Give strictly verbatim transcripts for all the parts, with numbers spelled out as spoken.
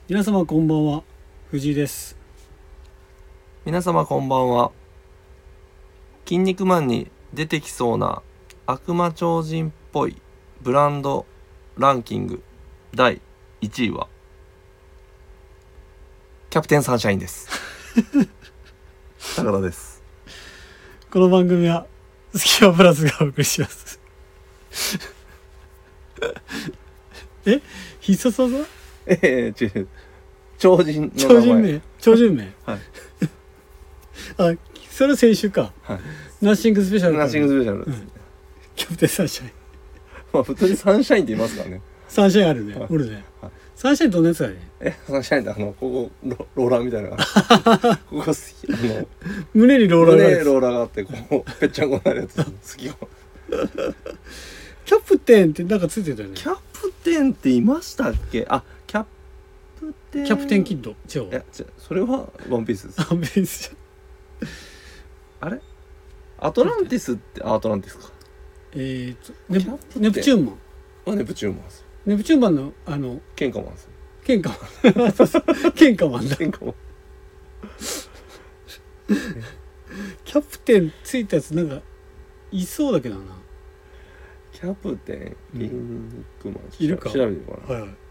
皆様こんばんは、藤井です。 皆様こんばんは。筋肉マンに出てきそうな悪魔超人っぽいブランドランキングだいいちいはキャプテンサンシャインです高田です。 この番組はスキマプラスがお送りしますえ必殺技ええー、違う超人の名前超人名超人名はいあ、それ先週か、 はい、 ナッシングスペシャルナッシングスペシャルです、うん、 キャプテンサンシャインまあ普通にサンシャインって言いますからね。 サンシャインあるね、 はい、 おるね、はい、 ササンシャインどんなやつだね。 えサンシャインってあのここ ロ, ローラーみたいなここあの胸にローラーがある、 胸にローラーがあってこうぺっちゃんこになるやつ好きよキャプテンってなんかついてたよね。 キャプテンっていましたっけ。あ、キャプテンキャプテンキッド違う。 いや違う、それはワンピースです。 ワンピースじゃんあれアトランティスってアトランティスか。 えーと ネ, ネプチューンマンはネプチューンマンですよ。 ネプチューンマンのあのケンカマンですよ。 ケンカマンケンカマンだ。 ケンカマンキャプテンついたやつなんかいそうだけどな。 キャプテンキン肉マン、 いるか調べてみようかな。 はいはい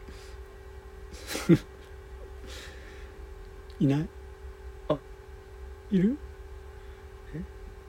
いないあいるえ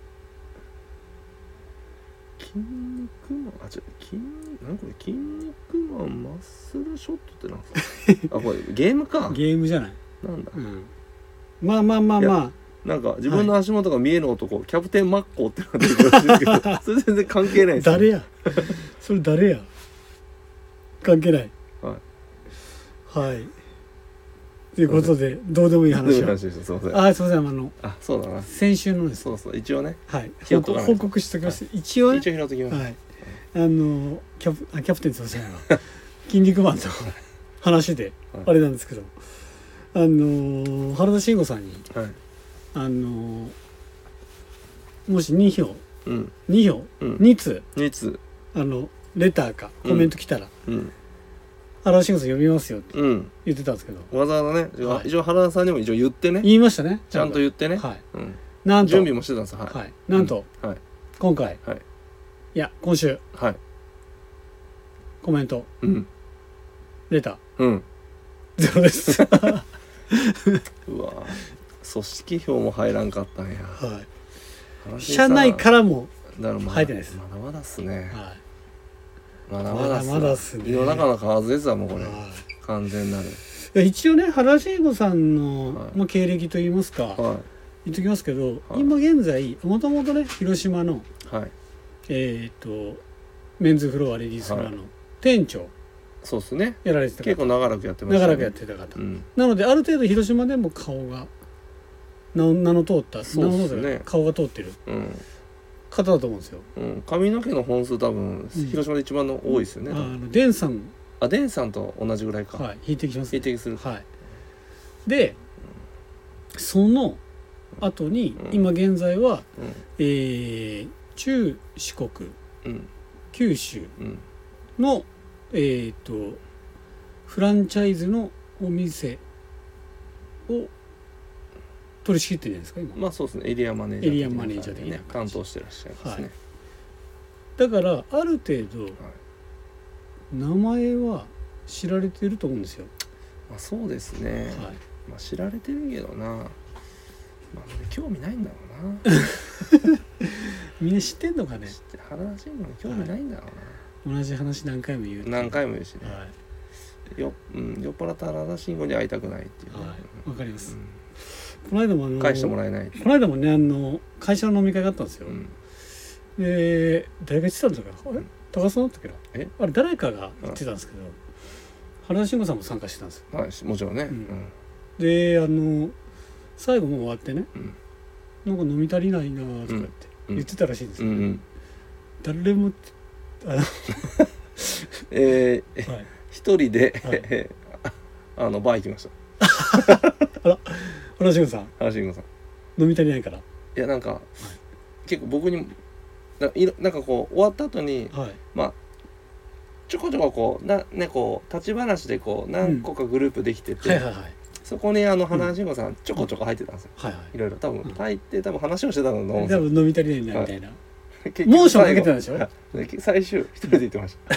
筋肉マンあ違う筋なんこれ筋肉マンマッスルショットってなんすかあこれゲームか。 ゲームじゃない。 なんだ、 うん、まあまあまあまあなんか自分の足元が見える男、はい、キャプテンマッコーってなってるらしいですけどそれ全然関係ないです、ね、 誰やそれ誰や関係ないはいはいということでどうでもいい話を話でした。すいません。 あすいませんあのあそうだな先週のですそうそう一応ねはい報告報告しておきます、はい、一応ね一応拾っときます、 はい、あのキャプあキャプテンって言いましたが筋肉マンの話であれなんですけど、あの原田慎吾さんに、はい、あのもしに票、うん、に票、うん、に通に通あのレターかコメント来たら、うん、原田慎吾さん読みますよって言ってたんですけど、 うん、わざわざね、はい、一応原田さんにも一応言ってね言いましたねちゃんと言ってね、 はい、 うん、 なんと準備もしてたんですよ、はいはい、なんと、うんはい、今回、はい、いや今週、はい、コメント、うん、レター、うん、ゼロですうわ組織票も入らんかったんや、 はい、社内からも入ってないです。 まだまだっすね、はい、まだまだまだっすね。 世の中の蛙ですわもうこれ、はい、完全なる。いや一応ね原田慎吾さんの、はいまあ、経歴といいますか、はい、言っときますけど、はい、今現在もともとね広島の、はい、えっ、ー、とメンズフロアレディースフロアの店長、はいそうですね。 やられてた結構長らくやってましたね。 長らくやってた方、うん、なのである程度広島でも顔が名の通ったそうですね顔が通ってる方だと思うんですよ、 うん、髪の毛の本数多分広島で一番の多いですよね、うん、 あのデンさんあデンさんと同じぐらいか、 はい、匹敵します、 ね、匹敵する、 はい、で、うん、その後に、うん、今現在は、うんえー、中四国、うん、九州の、うんえー、とフランチャイズのお店を取り仕切ってるじゃないですか今。 まあそうですねエリアマネージャー、 エリアマネージャー的な、 ね、担当してらっしゃいますね、はい、 だからある程度、はい、名前は知られてると思うんですよ。 まあそうですね、はいまあ、知られてるけどな、まあ、興味ないんだろうなみんな知ってんのかね。 原田慎吾に興味ないんだろうな、はい同じ話何回も言う何回も言うしね、はい、よ、うん、酔っ払った原田慎吾に会いたくないっていう、ね、 はい、わかります、うん、この間もあの返してもらえないこの間もねあの会社の飲み会があったんですよ、うん、で誰が言ってたんですか、うん、高須さんだったっけなえあれ誰かが言ってたんですけど、はい、原田慎吾さんも参加してたんですよ、 はい、もちろんね、うんうん、 であの最後もう終わってね、うん、なんか飲み足りないなとか言って、うん、言ってたらしいんですよ、ねうんうん、誰もあのえーはい、一人で、はいあのバー行きましたあら原慎吾さん原慎吾さん飲み足りないからいやなんか、はい、結構僕にもな, なんかこう終わった後に、はい、まあちょこちょここうなねこう立ち話でこう何個かグループできてて、 はいはいはい、 そこにあの花慎吾さんちょこちょこ入ってたんですよ、 はいはい、 いろいろ多分入って多分話をしてたのと思うんです多よ。 分飲み足りないんだみたいな、 はい、 モーションかけてたんでしょ。 最終一人で言ってました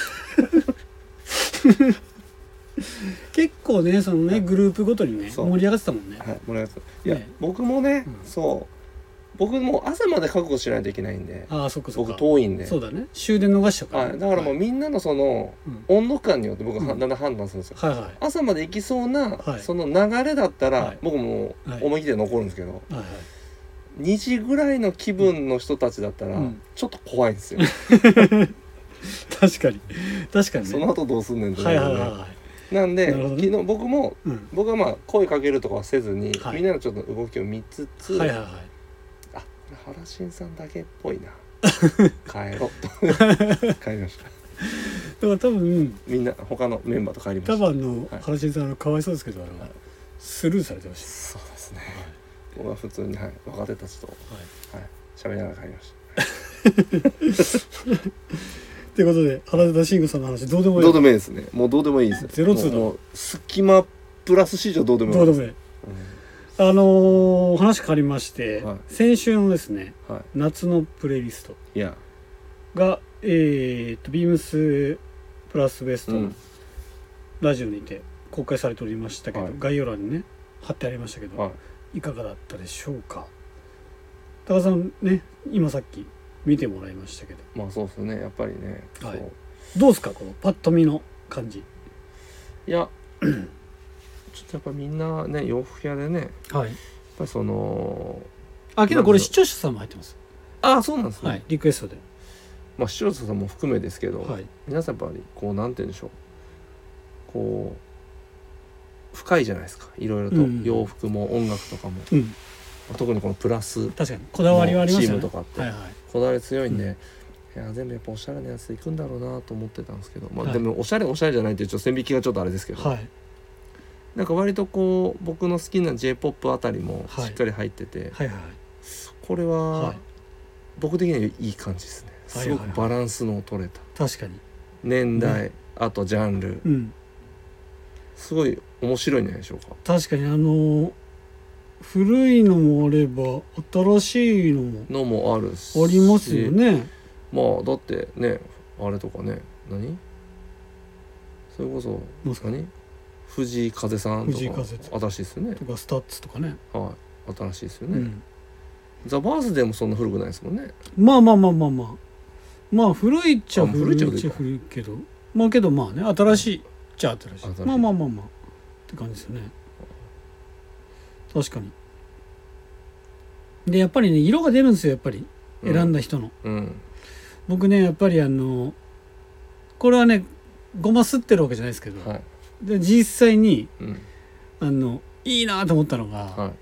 結構ねそのねグループごとにね盛り上がってたもんね。 はい、盛り上がってた。いや、 ね、 僕もね、 うん、 そう僕も朝まで覚悟しないといけないんで、 ああそっかそっか、 僕遠いんで、 そうだね、終電逃しちゃうから、 はい、だからもうみんなのその、はい、温度感によって僕はだんだん判断するんですよ、はいはい、朝まで行きそうな、はい、その流れだったら、はい、僕も思い切って残るんですけど、はいはい、にじぐらいの気分の人たちだったら、うん、ちょっと怖いんですよ確かに確かに、ね、 その後どうすんねんと、 はいはいはいはい、 なんで、ね、昨日僕も、うん、僕はまあ声かけるとかはせずに、はい、みんなのちょっと動きを見つつ、はいはいはい、あ、原新さんだけっぽいな帰ろうと帰りました。 だから多分みんな他のメンバーと帰りました。 多分あの、はい、原新さんのかわいそうですけど、あの、はい、スルーされてました。 そうですね、はい、僕は普通に、はい、若手たちとはいはい、喋りながら帰りましたということで原田慎吾さんの話どうでもいい、 どうでもいいですね。もうどうでもいいですゼロツーだ、 もう隙間プラス史上どうでもいいどうでもいい、うん、あのー、話変わりまして、はい、先週のですね、はい、夏のプレイリストが、えー、とビームスプラスベストのラジオにて公開されておりましたけど、はい、概要欄にね貼ってありましたけど、はい、いかがだったでしょうか。高田さんね、今さっき見てもらいましたけど、 まあそうですね、やっぱりね、 はい、どうですかこのパッと見の感じ。 いやちょっとやっぱみんなね洋服屋でね、はい、やっぱりそのあけどこれ視聴者さんも入ってます。 ああそうなんですね、はい、 リクエストで、 まあ視聴者さんも含めですけど、はい、皆さんやっぱりこうなんて言うんでしょう、こう深いじゃないですか、いろいろと、うん、洋服も音楽とかも、うん、特にこのプラス確かにこだわりはありますよね、 チームとかって、はいはい、こだわり強いんで、うん、いや全部やっぱおしゃれなやつでいくんだろうなと思ってたんですけど、まあ、はい、でもおしゃれおしゃれじゃないっていうちょっと線引きがちょっとあれですけど、はい、なんか割とこう僕の好きな J-ポップ あたりもしっかり入ってて、はいはいはい、これは僕的にはいい感じですね。すごくバランスの取れた、はいはいはい、確かに年代、ね、あとジャンル、うん、すごい面白いんじゃないでしょうか。 確かにあの古いのもあれば新しいのものもあるしありますよね。 まあだってねあれとかね、何それこそ何藤井風さんとか新しいですよね。 とかスタッツとかね、 はい、新しいですよね、うん、ザ・バースでもそんな古くないですもんね。 まあまあまあまあまあまあ古いっちゃ古いっちゃ古いけど、まあけどまあね新しいっちゃ新しい、新しい、まあまあまあまあって感じですよね。確かに。でやっぱりね色が出るんですよ、やっぱり選んだ人の、うんうん、僕ねやっぱりあのこれはねごますってるわけじゃないですけど、はい、で実際に、うん、あのいいなと思ったのが、はい、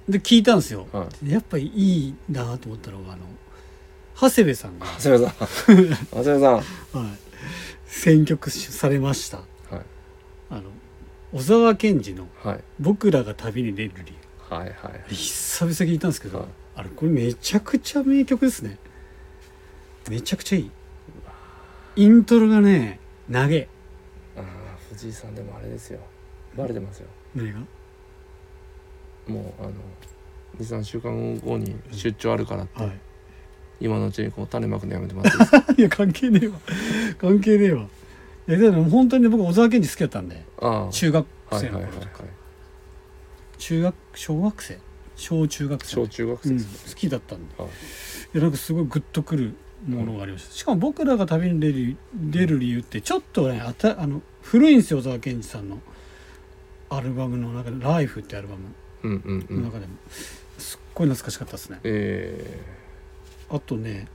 で聞いたんですよ、はい、やっぱりいいなと思ったのがあの長谷部さんが長谷部さん長谷部さん、はい、 選曲されました、はい、あの小沢健二の「僕らが旅に出る理由」、はいはいはい、久々聞いたんですけど、はい、あれこれめちゃくちゃ名曲ですね。めちゃくちゃいい。イントロがね長え。 ああ藤井さんでもあれですよ、バレてますよ。 何が？ もうあの にさんしゅうかんごに出張あるからって、はい、今のうちにこう種まくのやめてもらっていいですか？ いや関係ねえわ関係ねえわ。いやでも本当にね僕小沢健二好きだったんで、あ中学生の頃とか、はいはいはいはい、中学小学生小中学生小中学生、うん、好きだったんで、はい、いやなんかすごいグッとくるものがありました、うん、しかも僕らが旅に出る、出る理由ってちょっとねあたあの古いんですよ、小沢健二さんのアルバムの中でライフってアルバムの中でも、うんうんうん、すっごい懐かしかったですね、えー、あとね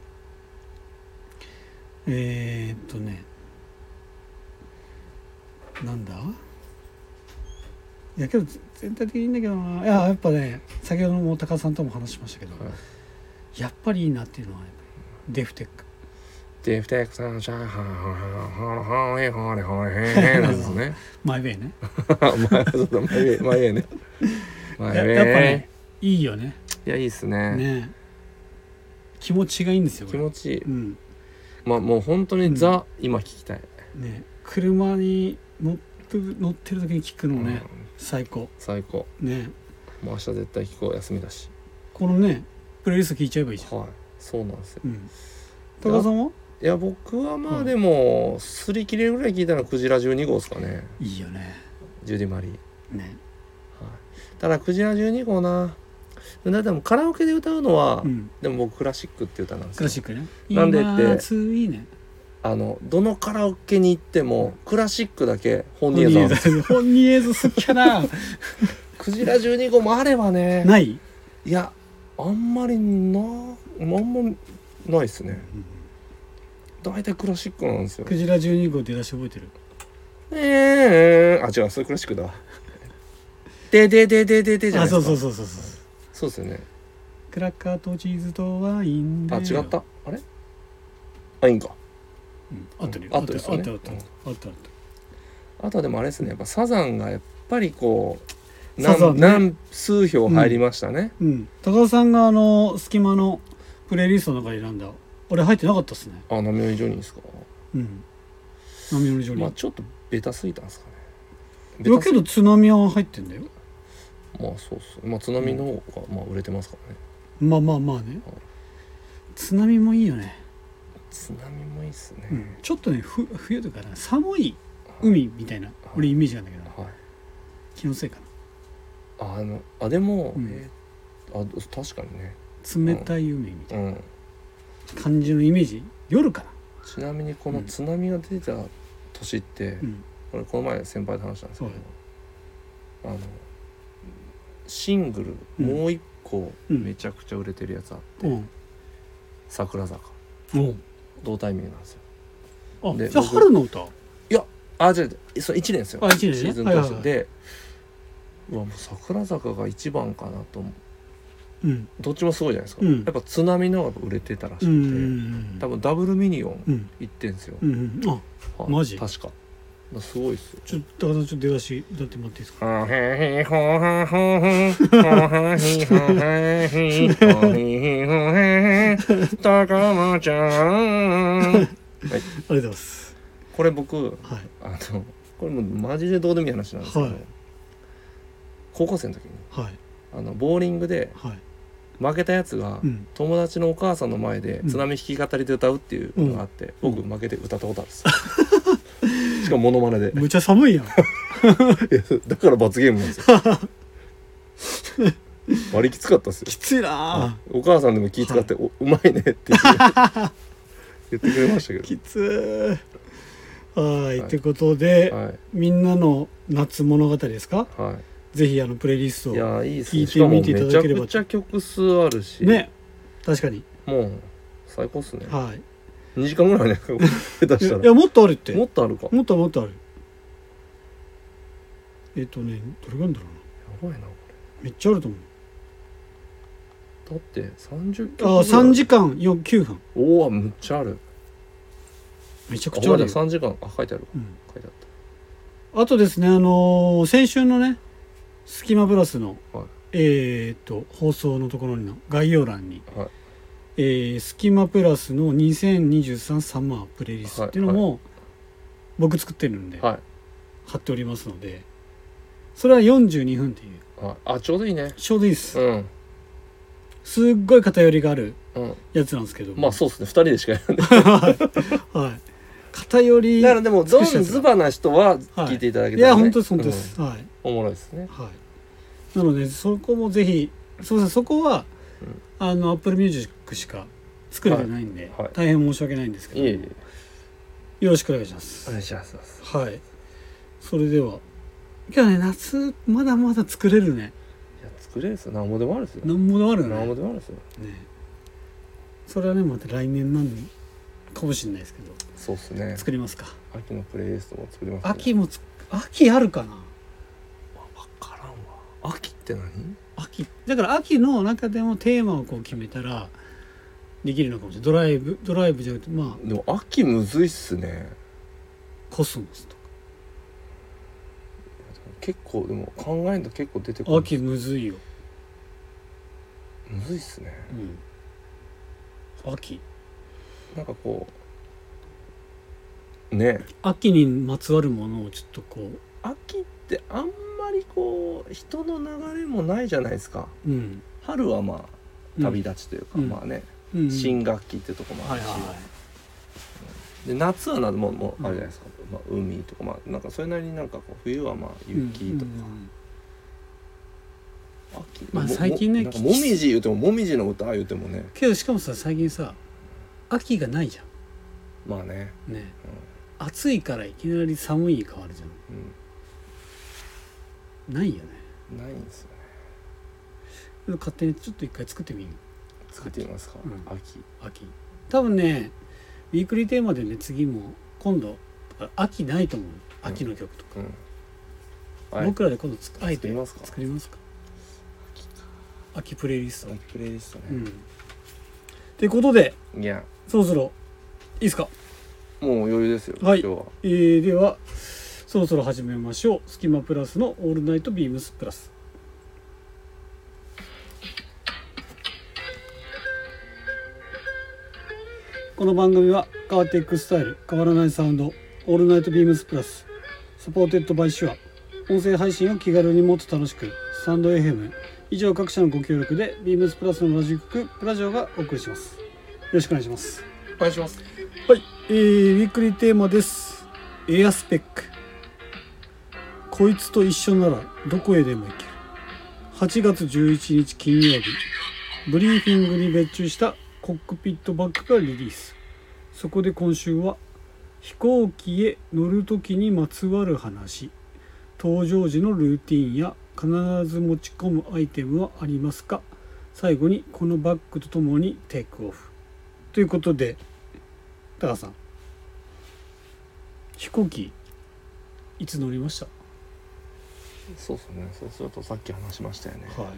えー、っとねなんだいやけど全体的にいいんだけどな。いややっぱね先ほども高田さんとも話しましたけど、はい、やっぱりいいなっていうのは、ね、デフテックデフテックさんシャーハーハーハーハーハーハーハーなんですね。 マイウェイねマイウェイマイウェイねマイウェイやっぱねいいよね。 いやいいっすね。ね気持ちがいいんですよ。 気持ちいい、うん、まあもう本当にザ、うん、今聞きたいね、車に乗って乗ってる時に聞くのね、うん、最高最高ね。 もう明日絶対聞こう、休みだし。 このねプレイリスト聞いちゃえばいいじゃん。 はい、そうなんですよ、うん、 高田さんは？ いや僕はまあでも擦り切れるぐらい聞いたのはクジラじゅうにごうですかね。 いいよね、 ジュディマリーね、 はい、ただクジラじゅうにごうな、だってもカラオケで歌うのは、うん、でも僕クラシックって歌なんですよ。 クラシックね。 なんでっていいね、 あのどのカラオケに行ってもクラシックだけ本人映像本人映像好きかなクジラじゅうにごうもあればね。 ない？ いやあんまりな、あんまないっすね、うん、大体クラシックなんですよ。 クジラじゅうにごう出だし覚えてる？ えー、あ違う、それクラシックだわででででででじゃないですか。 あ、そうそうそうそうそうそうですよね。 クラッカーとチーズとワインで。 あ違った、あれあいいんか、 うん、あったね、 あったですよね。 あったあったあったあった。 あとはでもあれですね、やっぱサザンがやっぱりこう何、ね、 何数票入りましたね、 うんうん、高田さんがあの隙間のプレイリストの中に選んだ、俺入ってなかったっすね。 あ、波乗りジョニーですか。 うん波乗りジョニー、 まあちょっとベタすぎたんですかね。 いやけど津波は入ってんだよ。 まあそうっす、まあ津波の方がまあ売れてますからね、 うん、まあまあまあね、はい、津波もいいよね。 津波もいいっすね、 うん、ちょっとねふ冬とかな寒い海みたいな、はい、俺イメージなんだけど、はい、気のせいかな。 あのあでも、 うんえー、あ確かにね冷たい海みたいな感じのイメージ、うん、夜から。 ちなみにこの津波が出た年って、うん、これこの前先輩と話したんですけど、うん、あのシングルもう一個めちゃくちゃ売れてるやつあって、うん、桜坂、うん、同タイミングなんですよ。 あでじゃあ春の歌？ いやあじゃあそれいちねんですよ。 あいちねんね、 シーズン通して、はいはい、でうわもう桜坂が一番かなと思う、うん、どっちもすごいじゃないですか、うん、やっぱ津波の方が売れてたらしくて、うん、多分ダブルミニオン行ってんですよ、うんうん、あ、はマジ確かすごいっすよ。 ちょっと高田さんちょっと出だし歌ってもらっていいですか。 ほへひほはほへほはひほへひほひほへたかまちゃんはい、ありがとうございます。 これ僕、はい、あのこれもうマジでどうでもいい話なんですけど、はい、高校生の時に、はい、あのボーリングで負けたやつが、うん、友達のお母さんの前で津波弾き語りで歌うっていうのがあって、うん、僕負けて歌ったことあるんですよしかもモノマネで。 むちゃ寒いやんいやだから罰ゲームなんですよ割りきつかったっすよ。 きついな。 お母さんでも気使って、はい、うまいねって言ってくれましたけどきつい。はい、はい、ってことで、はい、みんなの夏物語ですか、はい、ぜひあのプレイリストを聞いてみていただければ。 めちゃくちゃ曲数あるしね、確かにもう最高っすね。 はいにじかんぐらいね下手したらいやもっとあるって。 もっとあるか。 もっともっとある。えっ、ー、とねどれぐらいなんだろうな。やばいなこれ。めっちゃあると思う。 だってさんじゅっきょくああさんじかんきゅうふん。 おおむっちゃある。 めちゃくちゃあるよ。 さんじかんあ書いてある、うん、書いてあった。 あとですねあのー、先週のねスキマプラスの、はい、えっ、ー、と放送のところの概要欄に、はい、えー、スキマプラスのにせんにじゅうさんサマープレイリストっていうのも、はいはい、僕作ってるんで、はい、貼っておりますので、それはよんじゅうにふんっていう。 ああちょうどいいね。 ちょうどいいです、 うん、 すっごい偏りがあるやつなんですけど、 うん、まあそうですねふたりでしかやらないはい、偏りだからでもドンズバな人は聞いていただけたら、ね、 はい、いや本当です本当です、うん、はい、 おもろいですね。 はい、なのでそこもぜひそうですねそこは、うん、あの Apple Music しか作れてないんで、はいはい、大変申し訳ないんですけど、いえいえよろしくお願いします。 お願いします。 はい。それでは今日ね夏まだまだ作れるね。 いや作れるですよ。何もでもあるですよ。 何もでもあるね。 何もでもあるですよ。ね。 それはねまた来年なんかもしれないですけど。 そうですね。 作りますか。 秋のプレイリストも作ります、ね。 秋もつ秋あるかな。わからんわ。秋って何？ 秋だから秋の中でもテーマをこう決めたらできるのかもしれない。ドライブドライブじゃなくてまあでも秋むずいっすね。 コスモスとか結構でも考えると結構出てくる。 秋むずいよ。 むずいっすね、 うん、秋なんかこね。 秋にまつわるものをちょっとこう秋ってあんまりこう人の流れもないじゃないですか。 うん、 春はまあ旅立ちというか、 うん、 まあね、 うん、 新学期ってとこもあるし、 はいはいはい、 で夏はなもうもうあれじゃないですか、うん、まあ、海とかまあなんかそれなりになんかこう冬はまあ雪とか、 うん、 秋、 まあ最近ね、 なんかもみじ言うてももみじの歌言うてもね、 けどしかもさ最近さ秋がないじゃん。 まあね、 ね、うん、暑いからいきなり寒いに変わるじゃん、うん、ないよね。 ないんですよね。勝手にちょっと一回作ってみる。 作ってみますか、うん、秋秋多分ねウィークリーテーマでね次も今度秋ないと思う。秋の曲とか、うんうん、僕らで今度つあえて作りますか。作りますか。秋プレイリスト。 秋プレイリストね。 うん。ということで、 いや、 そろそろいいですか。 もう余裕ですよ。 はい。 今日は。 えー、ではそろそろ始めましょう。スキマプラスのオールナイトビームスプラス。この番組は変わっていくスタイル、変わらないサウンド、オールナイトビームスプラス、サポーテッドバイシュア、音声配信を気軽にもっと楽しく、スタンド エフエム、以上各社のご協力でビームスプラスのラジオ局プラジオがお送りします。よろしくお願いします。 お願いします。 はい、えー、ウィークリーテーマです。エアスペック。こいつと一緒ならどこへでも行ける。はちがつじゅういちにち金曜日、ブリーフィングに別注したコックピットバッグがリリース。そこで今週は飛行機へ乗るときにまつわる話、搭乗時のルーティンや必ず持ち込むアイテムはありますか、最後にこのバッグとともにテイクオフということで、高さん飛行機いつ乗りました？ そうですね。そうするとさっき話しましたよね。 はい。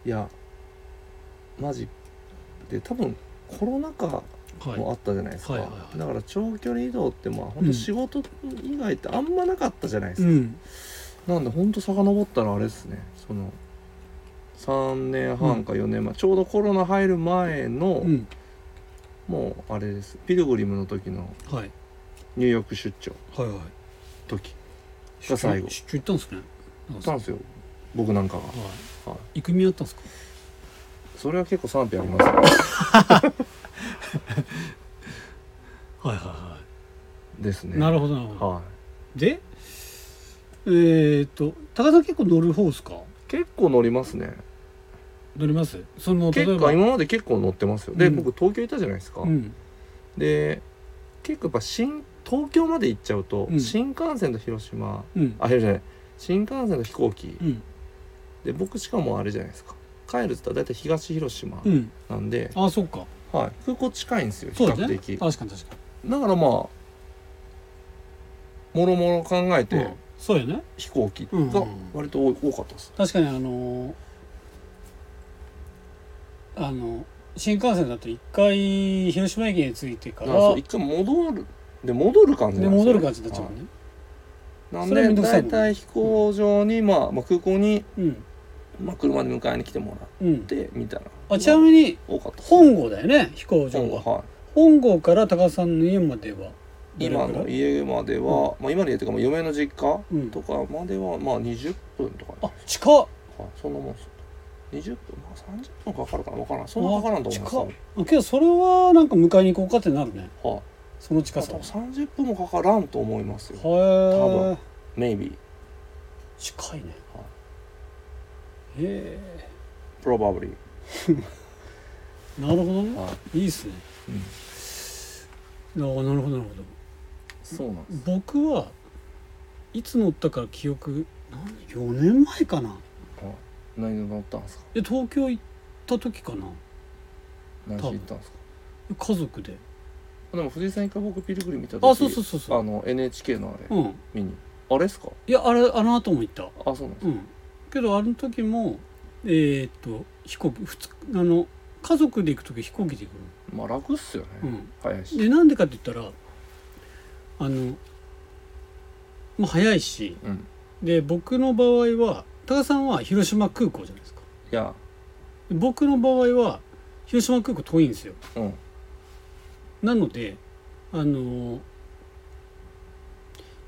いやマジで多分コロナ禍もあったじゃないですか、はいはいはいはい、だから長距離移動ってまあ本当仕事以外ってあんまなかったじゃないですか、うん、なんで本当遡ったらあれですね、そのさんねんはんかよねんまえ、うん、ちょうどコロナ入る前の、うん、もうあれです、ピルグリムの時のニューヨーク出張時が最後。 出張行ったんですね。 行ったんですよ僕なんかが、 はいはい、行く身あったんですか？ それは結構賛否ありますねはいはいはい。 ですね。 なるほどなるほど。 はい。 で、えー、っと高田結構乗る方ですか？ 結構乗りますね。 乗ります。その結構今まで結構乗ってますよ。で、うん、僕東京いたじゃないですか。うん、で、結構やっぱ新東京まで行っちゃうと、うん、新幹線と広島、うん、あれじゃない、新幹線と飛行機、うん、で僕しかもあれじゃないですか。帰るって言ったら大体東広島なんで、 うん、ああそっか、 はい、空港近いんですよ比較的、ね、 確かに確かに。だからまあもろもろ考えて、うん、 そうよね、 飛行機が割と多かったです、 うんうん、確かにあのあの新幹線だと一回広島駅に着いてからそう一回戻るで戻る感じなんですよ、ね、で戻る感じになっちゃうね、 はい、なんで大体飛行場に、うん、まあ、まあ空港に、うんまあ、車で迎えに来てもらって、うん、みたいな。 あ、ちなみに多かった、 本郷だよね、飛行場は。本郷、はい、本郷から高さんの家までは今の家までは、うんまあ、今の家というか嫁の実家とかまでは、まあにじゅっぷんとか、ね、 あ、近っ、はい、 そんなもんです。にじゅっぷん、まあ、さんじゅっぷんかかるかな、分からん、そんなかからんと思います。近っ。けどそれはなんか迎えに行こうかってなるね、はい、その近さ。 さんじゅっぷんもかからんと思いますよ。 へー、 多分 maybe 近いね、はい、へえ、 probably なるほどね、はい、いいっすね、うん、あ、なるほどなるほど。 そうなんです。 僕はいつ乗ったか記憶よねんまえかな。あ、 何で乗ったんですか？ で東京行った時かな。 何しに行ったんですか？ 家族で。 でも藤井さん一回僕ピルグリ見た時、 あ、そうそうそうそう、あの エヌエイチケー のあれ、うん、見に、あれですか？ いや、あれあの後も行った。 あ、そうなんですか、うん、 けどあの時もえー、っと飛行機ふつあの家族で行く時飛行機で行くの。まあ楽っすよね、うん、早いし。 でなんでかって言ったらあの、まあ、早いし、うん、で僕の場合は高さんは広島空港じゃないですか。 いや僕の場合は広島空港遠いんですよ、うん、なのであの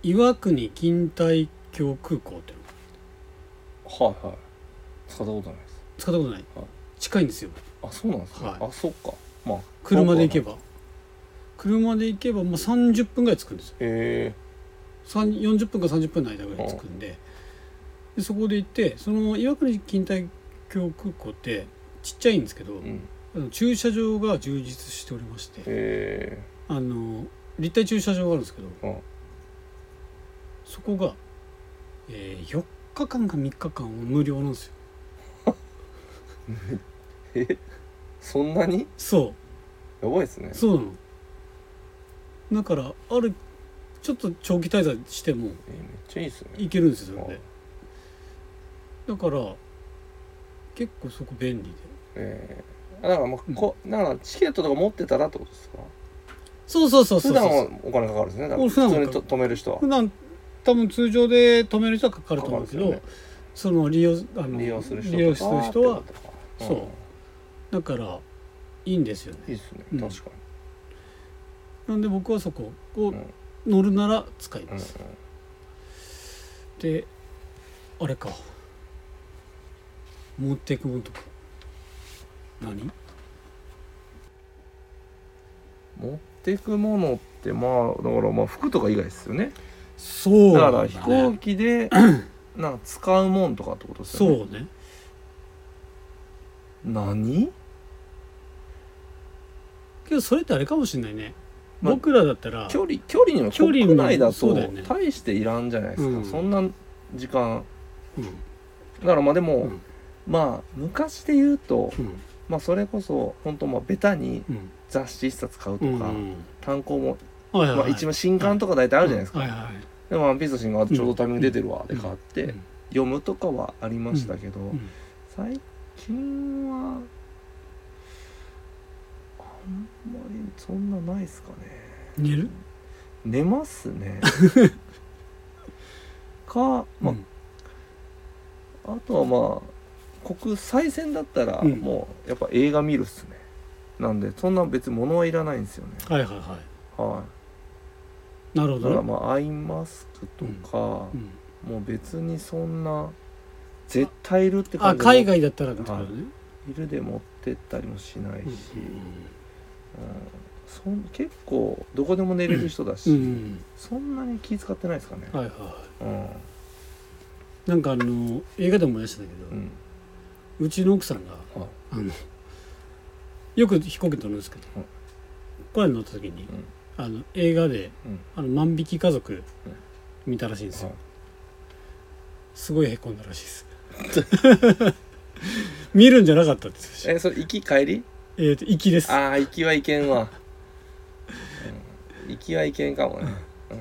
岩国錦帯橋空港っていうのはいはい使ったことないです。 使ったことない、 はい、 近いんですよ。 あそうなんですね、はい、あそっかまあ車で行けば車で行けばまあさんじゅっぷんぐらい着くんですよ。 へえよんじゅっぷんかさんじゅっぷんの間ぐらい着くんで、でそこで行ってその岩国錦帯橋空港ってちっちゃいんですけど、うん、あの駐車場が充実しておりまして、 へあの立体駐車場があるんですけど、うん、そこが、えー、よっかかんかみっかかんは無料なんですよ。 えそんなに？ そうやばいですね。 そうなの。だからあるちょっと長期滞在しても、えー、めっちゃいいですね。 行けるんですよそれで。だから結構そこ便利で、 えー、だからまあ、うん、こだからチケットとか持ってたらってことですか？ そうそうそうそう。 普段はお金かかるんですね。だから普通にと止める人は普段多分通常で止める人はかかると思うけど、ね、その利用あの利用する人利用する人は、 うん、 そうだからいいんですよね。 いいですね、うん、確かに。 なんで僕はそこを乗るなら使います、うんうん、であれか持っていくものとか何持っていくものってまあだからまあ服とか以外ですよね。 そうだから飛行機でなんか使うもんとかってことですよね。 そうね。 何？ けどそれってあれかもしれないね、まあ、僕らだったら距離距離の国内だと大していらんじゃないですか、うん、そんな時間、うん、だからまあでも、うん、まあ昔で言うと、うん、まあそれこそ本当まあベタに雑誌一冊買うとか、うん、単行も、はいはいはい、まあ、一番新刊とか大体あるじゃないですか、はいはいはい、でもワンピースの新刊ちょうどタイミング出てるわで買って、うん、読むとかはありましたけど、うん、最近はあんまりそんなないっすかね。 寝る？ 寝ますねか、まあ、うん、あとはまあ国際線だったらもうやっぱ映画見るっすね、うん、なんでそんな別に物はいらないんですよね。 はいはいはいはい。なるほど、 だからまあアイマスクとか、うんうん、もう別にそんな絶対いるって感じで、あ、海外だったらってことね、 いるで持ってったりもしないし、うんうん、そん結構どこでも寝れる人だし、うんうん、そんなに気使ってないですかね。 はいはい、うん、なんかあの映画でも思い出したんだけど、うん、うちの奥さんが、はい、あのよく飛行機乗るんですけど、はい、これ乗った時に、うん、あの映画で、うん、あの万引き家族見たらしいんですよ、はい、すごいへこんだらしいです見るんじゃなかったって言ってえそれ行き帰り？ えーと行きです。 ああ行きはいけんわ、うん、行きはいけんかもね、うん、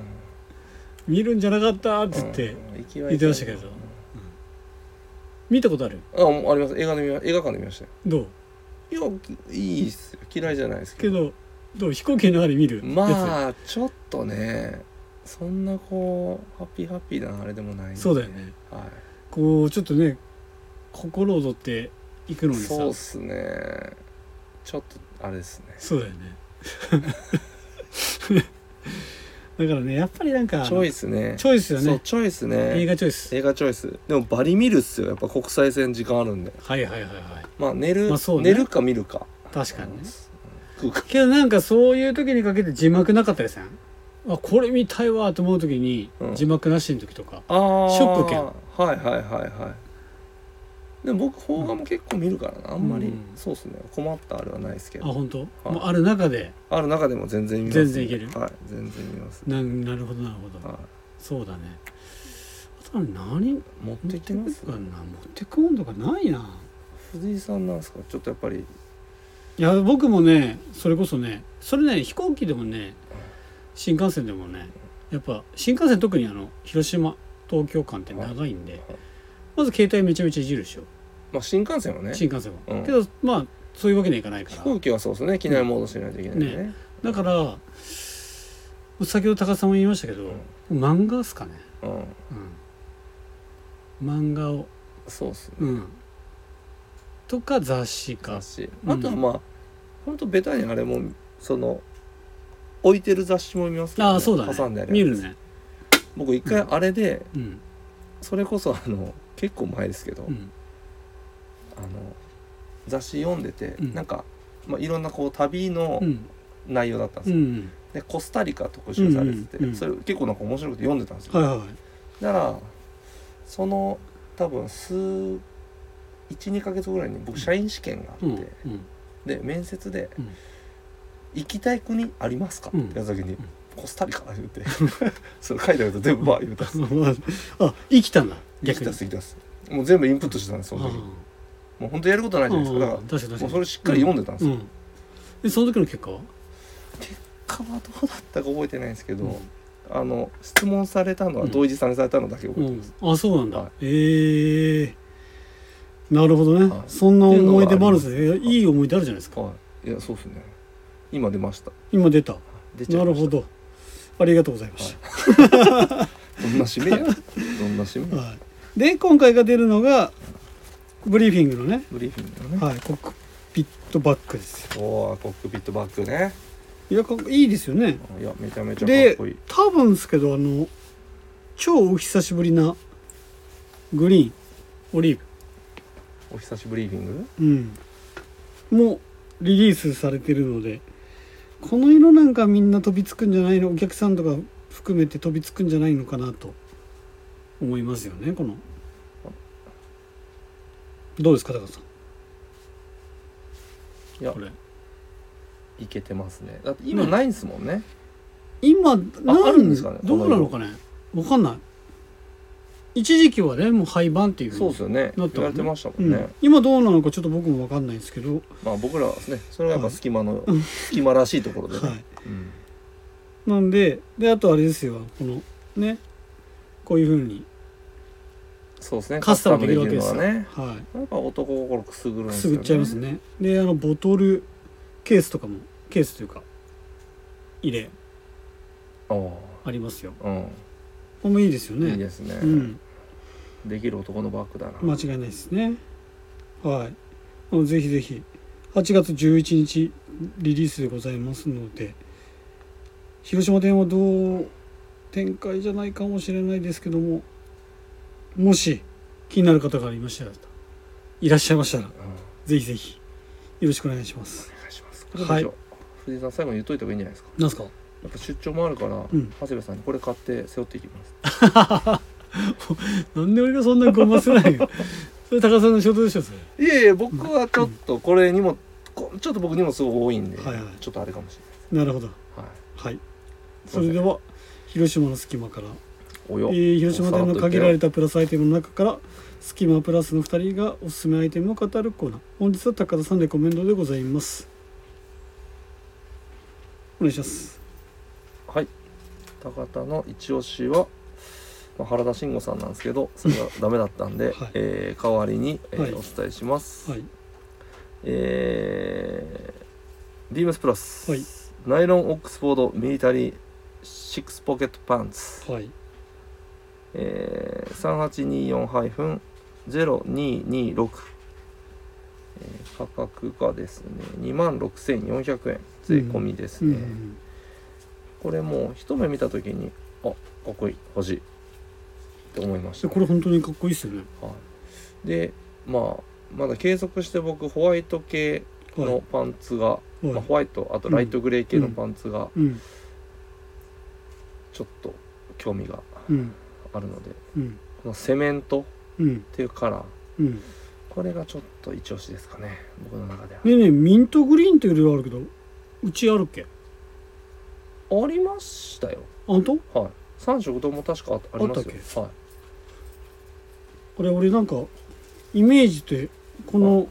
見るんじゃなかったって言って、うん、言ってましたけど、うん、見たことある？ あ、あります。映画で見ま映画館で見ましたよ。 どう？ いやいいっすよ、嫌いじゃないですけど。 けどどう飛行機の中で見るやつ？ まあちょっとねそんなこうハッピーハッピーなあれでもないんで、 そうだよね、 はい、 こうちょっとね心躍っていくのにさ、 そうっすね、ちょっとあれですね。 そうだよねだからねやっぱりなんかチョイスねチョイスよね。 そうチョイスね、 映画チョイス映画チョイスでもバリ見るっすよ、やっぱ国際線時間あるんで。 はいはいはいはい。 まあ寝る、まあそうね、寝るか見るか。 確かにね、うん、けどなんかそういう時にかけて字幕なかったりせん？あこれ見たいわと思う時に、うん、字幕なしの時とか、あショックけん。 はいはいはいはい。でも僕邦画も結構見るからな、あんまり、うん、そうですね困ったあれはないですけど。 あ本当、はい、もうある中である中でも全然見ます、ね、 全然いける。 はい全然見ます、 ね、な, なるほどなるほど、はい、そうだね。あとは何持ってきますかな、持ってくもんとかないな。 藤井さんなんですか？ちょっとやっぱりいや僕もねそれこそねそれね飛行機でもね新幹線でもねやっぱ新幹線特にあの広島東京間って長いんで、はいはい、まず携帯めちゃめちゃいじるでしょ。 まあ新幹線はね新幹線は、うん、けどまあそういうわけにはいかないから飛行機はそうですね機内モードしないといけないんでね、うんね、 だから先ほど高田さんも言いましたけど、うん、漫画っすかね、うんうん、漫画をそうっすね、 うんとか雑誌か雑誌、あとはまあ、うん、ほんとベタにあれもその置いてる雑誌も見ますけど、ね、 ああそうだね、 挟んである見るね。 僕一回あれで、 うん、 それこそあの結構前ですけど、 うん、 あの雑誌読んでて、 うん、 なんか、まあ、いろんなこう旅の内容だったんですよ、 うん、 でコスタリカ特集されてて、 うんうん、 それ結構なんか面白くて読んでたんですよ、 はいはい、 だからその多分数 いちにかげつぐらいに僕社員試験があって、 うんうん、 で面接で、 うん、 行きたい国ありますか、 うん、 ってやった時に、コスタリカ言ってそれ書いてあると全部バー言うたっすあ、生きたんだ逆に生きたっす生きたっすもう全部インプットしてたんですその時もう本当やることないじゃないですかだから確かに確かにもうそれしっかり読んでたんですよ、 うんうん、でその時の結果は結果はどうだったか覚えてないんですけど、 うん、 あの質問されたのは同時されたのだけ覚えてます、 うん、あ、そうなんだ、 はい、 えー、なるほどね、はい、そんな思い出もあるんですね。いい思い出あるじゃないですか、 はい、いやそうですね今出ました今出た出ちゃいました。 なるほどありがとうございました、 はい、どんな締めやどんな締め、 はい、で今回が出るのがブリーフィングのねブリーフィングのね、 はい、コックピットバッグですよ。 おーコックピットバッグねいやいいですよね。 いやめちゃめちゃかっこいい。 で多分ですけどあの超お久しぶりなグリーンオリーブお久しぶりーフィングうんもうリリースされてるのでこの色なんかみんな飛びつくんじゃないのお客さんとか含めて飛びつくんじゃないのかなと思いますよね。このどうですか高さん。 いやこれいけてますね。だって今ないんですもんね。 今ああるんですかね。 どうなのかね。わかんない。一時期はねもう廃盤っていうそうですよね。言われてましたもんね、うん。 今どうなのかちょっと僕もわかんないですけど。 まあ僕らはですねそれがやっぱ隙間の、はい、隙間らしいところで、ね。はいうん、 なんでであとあれですよこのねこういう風に。 そうですねカスタムできるわけですよね。はい。やっぱ男心くすぐるんですよね。 くすぐっちゃいますね。であのボトルケースとかもケースというか入れありますよ。うん。これもいいですよね。 いいですね。うん。できる男のバッグだな。 間違いないですね。はい。あのぜひぜひはちがつじゅういちにちリリースでございますので、広島店はどう展開じゃないかもしれないですけども、もし気になる方がいましたらいらっしゃいましたら、うん、ぜひぜひよろしくお願いします。 お願いします。はい。藤井さん最後に言っといた方がいいんじゃないですか。 なんですか。 やっぱ出張もあるから、うん、長谷部さんにこれ買って背負っていきます。 なんで俺がそんなにごますないよ。それ高さんの仕事でしょそれ。いやいや僕はちょっとこれにも、うん、ちょっと僕荷物すごい多いんで、はいはい、ちょっとあれかもしれない。 なるほど。はい。はい。それでは広島の隙間から。 およえー、広島店の限られたプラスアイテムの中からスキマプラスのふたりがおすすめアイテムを語るコーナー。本日は高田さんレコメンドでございます。お願いします。 はい、高田の一押しは、まあ、原田慎吾さんなんですけどそれがダメだったんで、はいえー、代わりに、えーはい、お伝えします、はいえー、ビームスプラス、はい、ナイロンオックスフォードミリタリーシックスポケットパンツ、はいえー、さんはちによん ゼロににろく、えー、価格がですね にまんろくせんよんひゃくえん税込みですね、うんうん、これもう一目見た時にあかっこいい欲しいって思いました。 これ本当にかっこいいですよね、 はい、でまあまだ継続して僕ホワイト系のパンツが、はいまあ、ホワイトあとライトグレー系のパンツがちょっと興味があるので、うん、このセメントっていうカラー、うん、これがちょっと一押しですかね僕の中では。 ねえねえミントグリーンっていう色あるけどうちあるっけ。 ありましたよ。 本当？ はい。さん色とも確かありますよ。あったっけ？はい。 これ俺なんかイメージってこの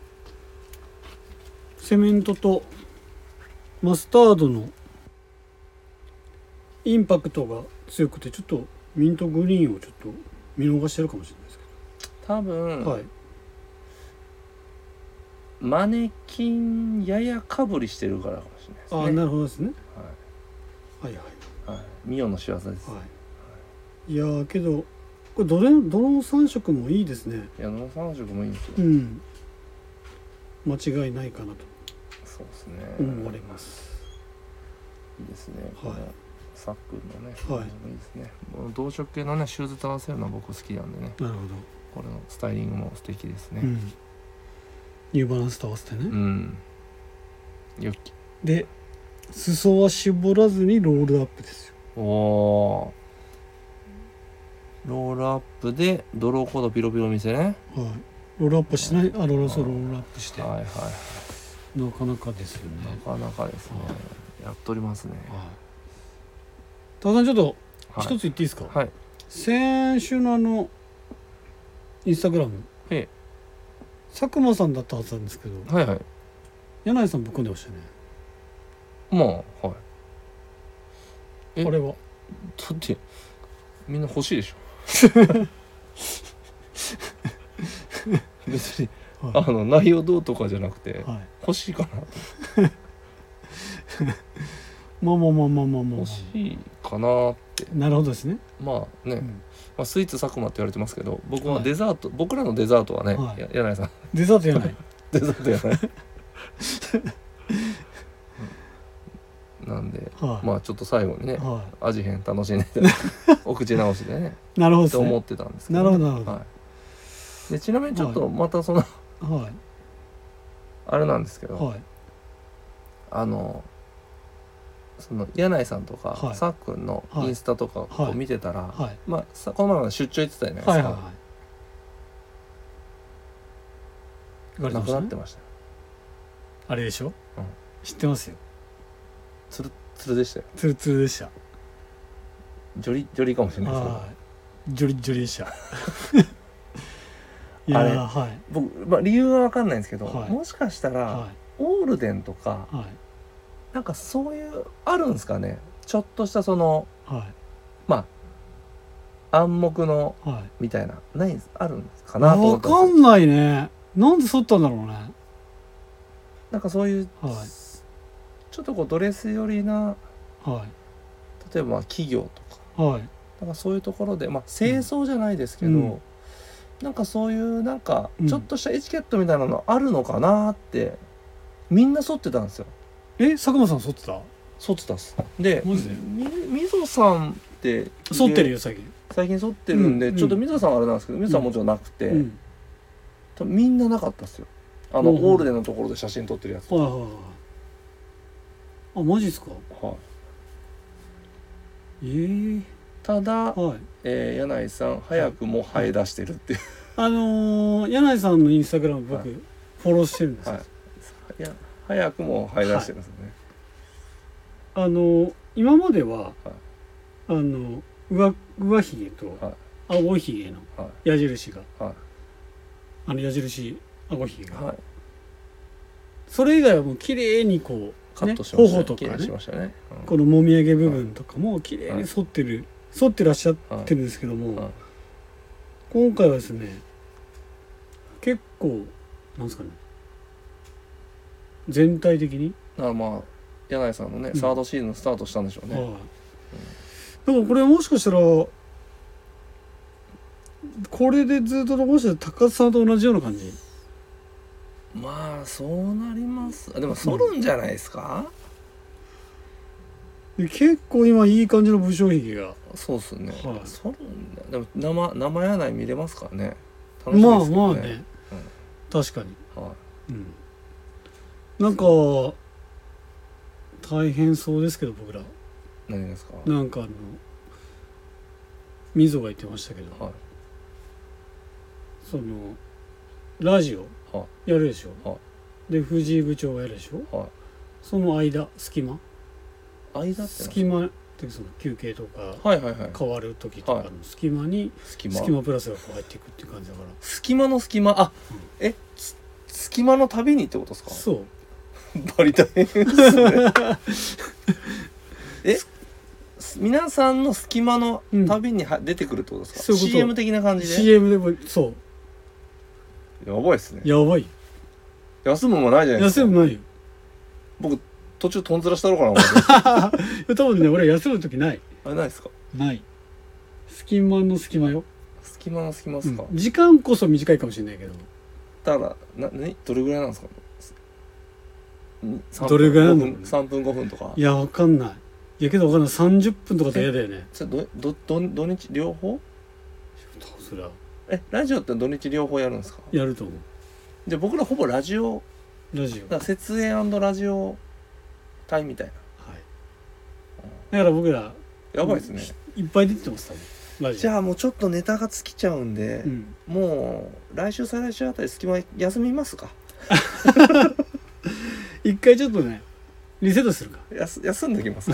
セメントとマスタードのインパクトが強くてちょっとミントグリーンをちょっと見逃してるかもしれないですけど多分、 はい、 マネキンややかぶりしてるからかもしれないですね。 ああなるほどですね、はい、はいはいはいミオの仕業です、はいはい、いやけどこれどれどのさん色もいいですね。 いやどのさん色もいいんですよ。 うん間違いないかなとそうですね思われます。 いいですね、 はい、 さっくんのね、 はい、 いいですね。同色系のねシューズと合わせるのは僕好きなんでね。 なるほど。 これのスタイリングも素敵ですね。 うん、ニューバランスと合わせてね。 うん。よき。 で裾は絞らずにロールアップですよ。 おー。ロールアップでドローコードピロピロ見せね。 はい。ロールアップしない。あ、ロールそうロールアップして。 はいはいはい。 なかなかですよね。 なかなかですね。やっとりますね。はい。 多田さんちょっと一つ言っていいですか。 はい。 先週のあのインスタグラム、 ええ、 佐久間さんだったはずなんですけど、 はいはい。 柳井さんぶっ込んでましたね。 まあはい。 え、あれはだってみんな欲しいでしょ。別に、はい、あの内容どうとかじゃなくて、はい、欲しいかなと。 まあまあまあまあまあまあ欲しいかなって。 なるほどですね。 まあね、うん、まあ、スイーツ佐久間って言われてますけど、僕はデザート、はい、僕らのデザートはね、はい、柳井さんデザートやないデザートやないなんで、はい、まあちょっと最後にね、はい、味変楽しんでお口直しでねなるほどですねって思ってたんですけど、ね、 なるほどなるほど、 はい、でちなみにちょっとまたその、はい、あれなんですけど、はい、あのその柳井さんとか、はい、さっくんのインスタとかを見てたら、はいはい、まあさこの前出張行ってたじゃないですか、はいはいはい、なくなってましたよ。 あれでしょ、うん、知ってますよ。 つるつるでしたよ。 つるつるでした。 ジョリジョリかもしれないですけど、 ジョリジョリでしたいやあれ、はい、僕、まあ、理由は分かんないんですけど、はい、もしかしたら、はい、オールデンとか、はい、なんかそういうあるんですかね。ちょっとしたその、はい、まあ暗黙の、はい、みたいなないんですあるんですかなと思ったんですよ。 分かんないね。なんで剃ったんだろうね。 なんかそういう、はい、ちょっとこうドレス寄りな、はい、例えばまあ企業とか、はい、なんかそういうところで、まあ、清掃じゃないですけど、うん、なんかそういうなんかちょっとしたエチケットみたいなのあるのかなって、うん、みんな剃ってたんですよ。 え、佐久間さん剃ってた？ 剃ってたっす。で、マジで？み、みぞさんって剃ってるよ最近。 最近剃ってるんで、うん、ちょっとみぞさんはあれなんですけど、みぞさんはもちろんなくて、うん、みんななかったっすよ。あの、うん、オールデンのところで写真撮ってるやつ。はいはいはい。あ、マジっすか？はい。えー、ただ、はい、えー、柳井さん早くも生え出してるっていう、はい、 あのー、柳井さんのインスタグラム僕、はい、フォローしてるんですよ、はい、 いや早くも生え出してるんですよね、 はい、あのー、今までは、はい、あの上上髭と青ひげの矢印が、はい、あの矢印青ひげが、はい、それ以外はもう綺麗にこうカットしましたね、 頬とかね、 しましたね、うん、 このもみあげ部分とかも綺麗に沿ってる、はい、沿ってらっしゃってるんですけども、はい、今回はですね結構なんですかね全体的にだからまあ柳井さんのね、うん、サードシーズンスタートしたんでしょうね、はい、うん、だからこれもしかしたらこれでずっと残して高津さんと同じような感じ。 まあそうなります。でも剃るんじゃないですか、 うん、結構今いい感じの武将髭が。 そうっすね、はい、剃るんだ。でも生生柳井見れますからね。楽しみですけどね。まあまあね、うん、確かに、はい、うん、なんか大変そうですけど僕ら。 何ですか？ なんかあのみぞが言ってましたけど、はい、そのラジオやるでしょ、はい、で藤井部長がやるでしょ、はい、その間隙間間って隙間ってその休憩とか、 はいはいはい、 変わる時とかの隙間に隙間、隙間プラスがこう入っていくっていう感じだから。 隙間の隙間、あ、うん、え隙間の旅にってことですか？ そうバリ大変ですねえ皆さんの隙間の旅には、うん、出てくるってことですか？そういうこと。 シーエム 的な感じでシーエム でもそうやばいですね。 やばい。 休むもないじゃないですか。 休むないよ。 僕途中とんずらしたろうかな思って多分ね俺休む時ない。 あれないですか？ ない。隙間の隙間よ。 隙間の隙間ですか、 うん、時間こそ短いかもしれないけど。 だからなねどれぐらいなんですか？ どれぐらいなんだろう、ね、 さんぷんごふんとか。 いやわかんない。 いやけど分かんないさんじゅっぷんとかだと嫌だよね。 それどどど土日両方？ それはえラジオって土日両方やるんですか？ やると思う。 じゃあ僕らほぼラジオラジオ。 だから設営&ラジオ隊みたいな。 はい。だから僕らやばいですね。 いっぱい出てます多分。ラジオ。 じゃあもうちょっとネタが尽きちゃうんで、 うん、 もう来週再来週あたり隙間休みますか？ 一回ちょっとねリセットするか。 やす休んできます。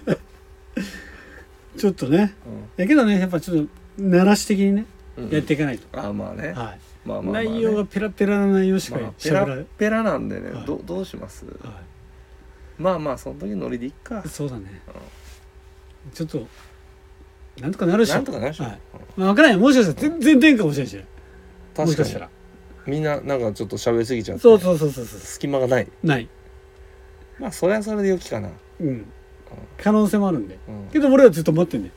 ちょっとね。 うん、 やけどねやっぱちょっと鳴らし的にね、うん、やっていかないと。 あまあね。 はい。 まあまあまあね、 内容がペラペラな内容しかしゃべらない、 まあ、ペラペラなんでね、 はい、 ど, どうします、 はい、 まあまあその時ノリでいっか。 そうだね、うん、ちょっとなんとかなるしなんとかなるしょ、はい、 まあ、分からないもしかしたら全然転かもしれないし確かにもしかしたらみんななんかちょっと喋りすぎちゃってそうそうそうそうそう隙間がないないまあそれはそれで良きかな、 うん、うん、可能性もあるんで、うん、けど俺はずっと待ってんね